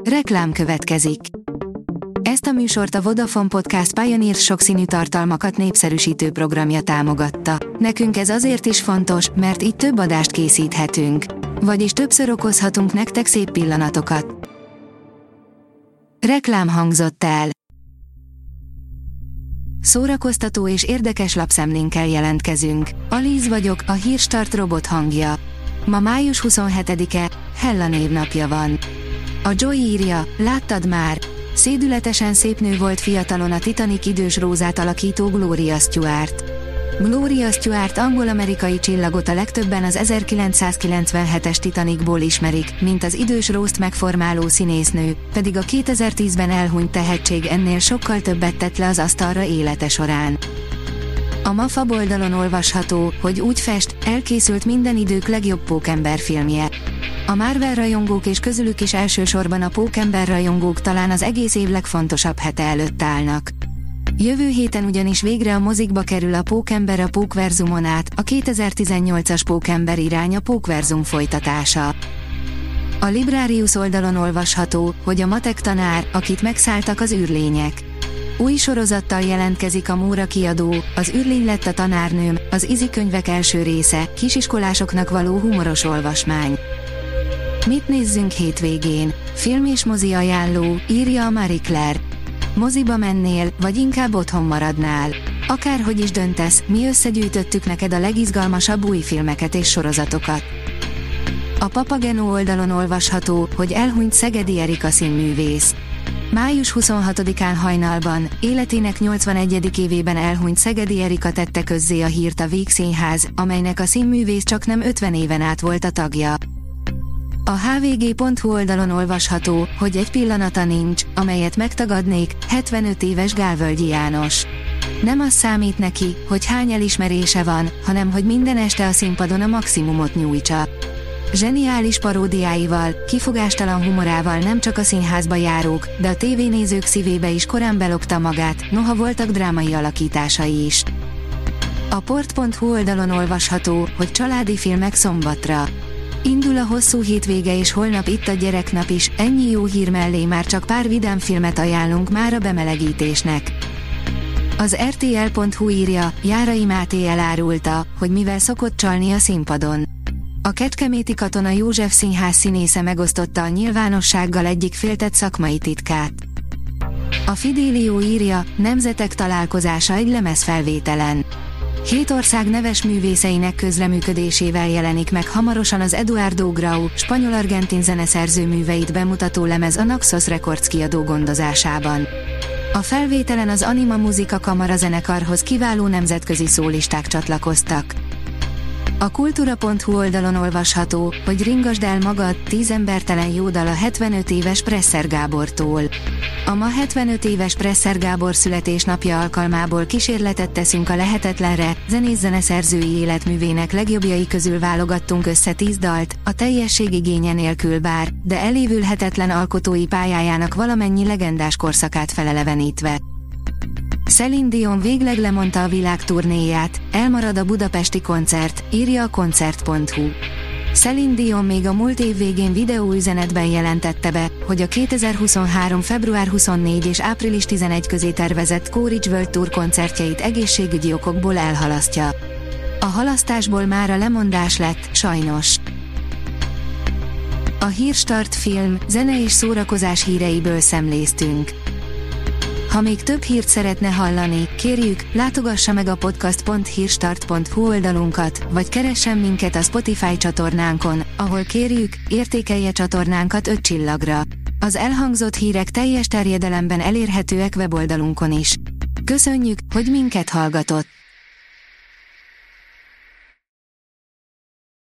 Reklám következik. Ezt a műsort a Vodafone Podcast Pioneer sokszínű tartalmakat népszerűsítő programja támogatta. Nekünk ez azért is fontos, mert így több adást készíthetünk. Vagyis többször okozhatunk nektek szép pillanatokat. Reklám hangzott el. Szórakoztató és érdekes lapszemlénkkel jelentkezünk. Alíz vagyok, a Hírstart robot hangja. Ma május 27-e, Hella névnapja van. A Joy írja, láttad már? Szédületesen szép nő volt fiatalon a Titanic idős Rózát alakító Gloria Stuart. Gloria Stuart angol-amerikai csillagot a legtöbben az 1997-es Titanicból ismerik, mint az idős Rózt megformáló színésznő, pedig a 2010-ben elhunyt tehetség ennél sokkal többet tett le az asztalra élete során. A MAFA oldalon olvasható, hogy úgy fest, elkészült minden idők legjobb pókember filmje. A Marvel rajongók és közülük is elsősorban a pókember rajongók talán az egész év legfontosabb hete előtt állnak. Jövő héten ugyanis végre a mozikba kerül a Pókember a Pókverzumon át, a 2018-as Pókember irány a Pókverzum folytatása. A Librarius oldalon olvasható, hogy a matek tanár, akit megszálltak az űrlények. Új sorozattal jelentkezik a Móra kiadó, az űrlény lett a tanárnőm, az Izi könyvek első része, kisiskolásoknak való humoros olvasmány. Mit nézzünk hétvégén? Film és mozi ajánló, írja a Marie Claire. Moziba mennél, vagy inkább otthon maradnál? Akárhogy is döntesz, mi összegyűjtöttük neked a legizgalmasabb új filmeket és sorozatokat. A Papageno oldalon olvasható, hogy elhunyt Szegedi Erika színművész. Május 26-án hajnalban, életének 81. évében elhunyt Szegedi Erika tette közzé a hírt a Víg Színház, amelynek a színművész csaknem 50 éven át volt a tagja. A hvg.hu oldalon olvasható, hogy egy pillanata nincs, amelyet megtagadnék, 75 éves Gálvölgyi János. Nem az számít neki, hogy hány elismerése van, hanem hogy minden este a színpadon a maximumot nyújtsa. Zseniális paródiáival, kifogástalan humorával nem csak a színházba járók, de a tévénézők szívébe is korán belopta magát, noha voltak drámai alakításai is. A port.hu oldalon olvasható, hogy családi filmek szombatra. Indul a hosszú hétvége és holnap itt a gyereknap is, ennyi jó hír mellé már csak pár vidám filmet ajánlunk már a bemelegítésnek. Az RTL.hu írja, Járai Máté elárulta, hogy mivel szokott csalni a színpadon. A Kecskeméti Katona József Színház színésze megosztotta a nyilvánossággal egyik féltett szakmai titkát. A Fidelio írja, nemzetek találkozása egy lemezfelvételen. 7 ország neves művészeinek közreműködésével jelenik meg hamarosan az Eduardo Grau, spanyol-argentin zeneszerző műveit bemutató lemez a Naxos Records kiadó gondozásában. A felvételen az Anima Muzika Kamara zenekarhoz kiváló nemzetközi szólisták csatlakoztak. A kultúra.hu oldalon olvasható, hogy ringasd el magad, 10 embertelen jó dal a 75 éves Presser Gábortól. A ma 75 éves Presser Gábor születésnapja alkalmából kísérletet teszünk a lehetetlenre, zenész-zeneszerzői életművének legjobbjai közül válogattunk össze 10 dalt, a teljesség igénye nélkül bár, de elévülhetetlen alkotói pályájának valamennyi legendás korszakát felelevenítve. Celine Dion végleg lemondta a világturnéját, elmarad a budapesti koncert, írja a koncert.hu. Celine Dion még a múlt év végén videóüzenetben jelentette be, hogy a 2023. február 24 és április 11 közé tervezett Courage World Tour koncertjeit egészségügyi okokból elhalasztja. A halasztásból már a lemondás lett, sajnos. A Hírstart film, zene és szórakozás híreiből szemléztünk. Ha még több hírt szeretne hallani, kérjük, látogassa meg a podcast.hírstart.hu oldalunkat, vagy keressen minket a Spotify csatornánkon, ahol kérjük, értékelje csatornánkat 5 csillagra. Az elhangzott hírek teljes terjedelemben elérhetőek weboldalunkon is. Köszönjük, hogy minket hallgatott!